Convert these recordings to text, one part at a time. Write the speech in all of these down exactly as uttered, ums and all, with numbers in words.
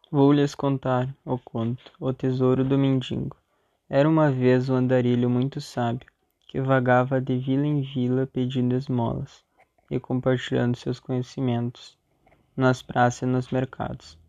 Vou-lhes contar o conto, o tesouro do mendigo. Era uma vez um andarilho muito sábio, que vagava de vila em vila pedindo esmolas e compartilhando seus conhecimentos nas praças e nos mercados.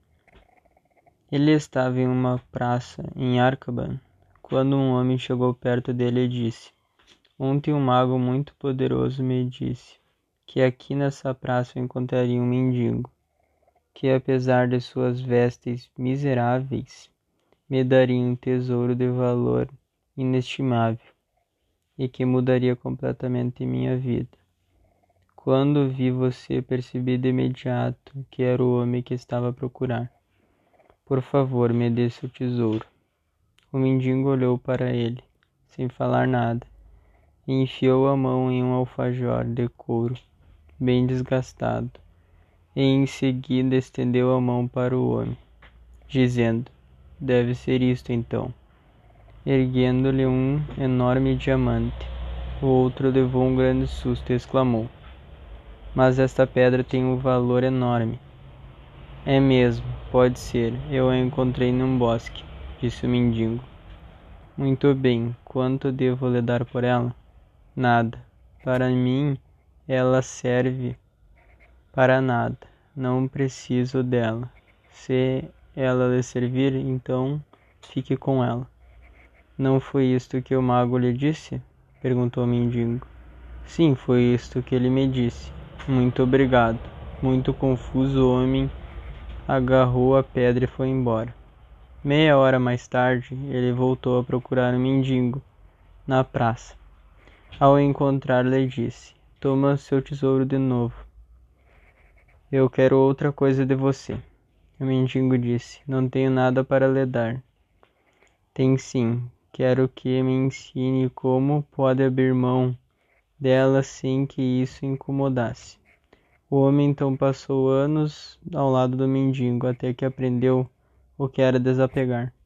Ele estava em uma praça em Arcaban, quando um homem chegou perto dele e disse: Ontem um mago muito poderoso me disse que aqui nessa praça eu encontraria um mendigo, que apesar de suas vestes miseráveis, me daria um tesouro de valor inestimável e que mudaria completamente minha vida. Quando vi você, percebi de imediato que era o homem que estava a procurar. Por favor, me dê seu tesouro. O mendigo olhou para ele, sem falar nada, e enfiou a mão em um alfajor de couro, bem desgastado, e em seguida estendeu a mão para o homem, dizendo: Deve ser isto então. Erguendo-lhe um enorme diamante. O outro levou um grande susto e exclamou: Mas esta pedra tem um valor enorme. É mesmo, pode ser. Eu a encontrei num bosque, disse o mendigo. Muito bem, quanto devo lhe dar por ela? Nada. Para mim, ela serve para nada. Não preciso dela. Se ela lhe servir, então fique com ela. Não foi isto que o mago lhe disse? Perguntou o mendigo. Sim, foi isto que ele me disse. Muito obrigado. Muito confuso, o homem agarrou a pedra e foi embora. Meia hora mais tarde, ele voltou a procurar o mendigo na praça. Ao encontrar-lhe, disse: Toma seu tesouro de novo. Eu quero outra coisa de você. O mendigo disse: Não tenho nada para lhe dar. Tem sim. Quero que me ensine como pode abrir mão dela sem que isso incomodasse. O homem então passou anos ao lado do mendigo, até que aprendeu o que era desapegar.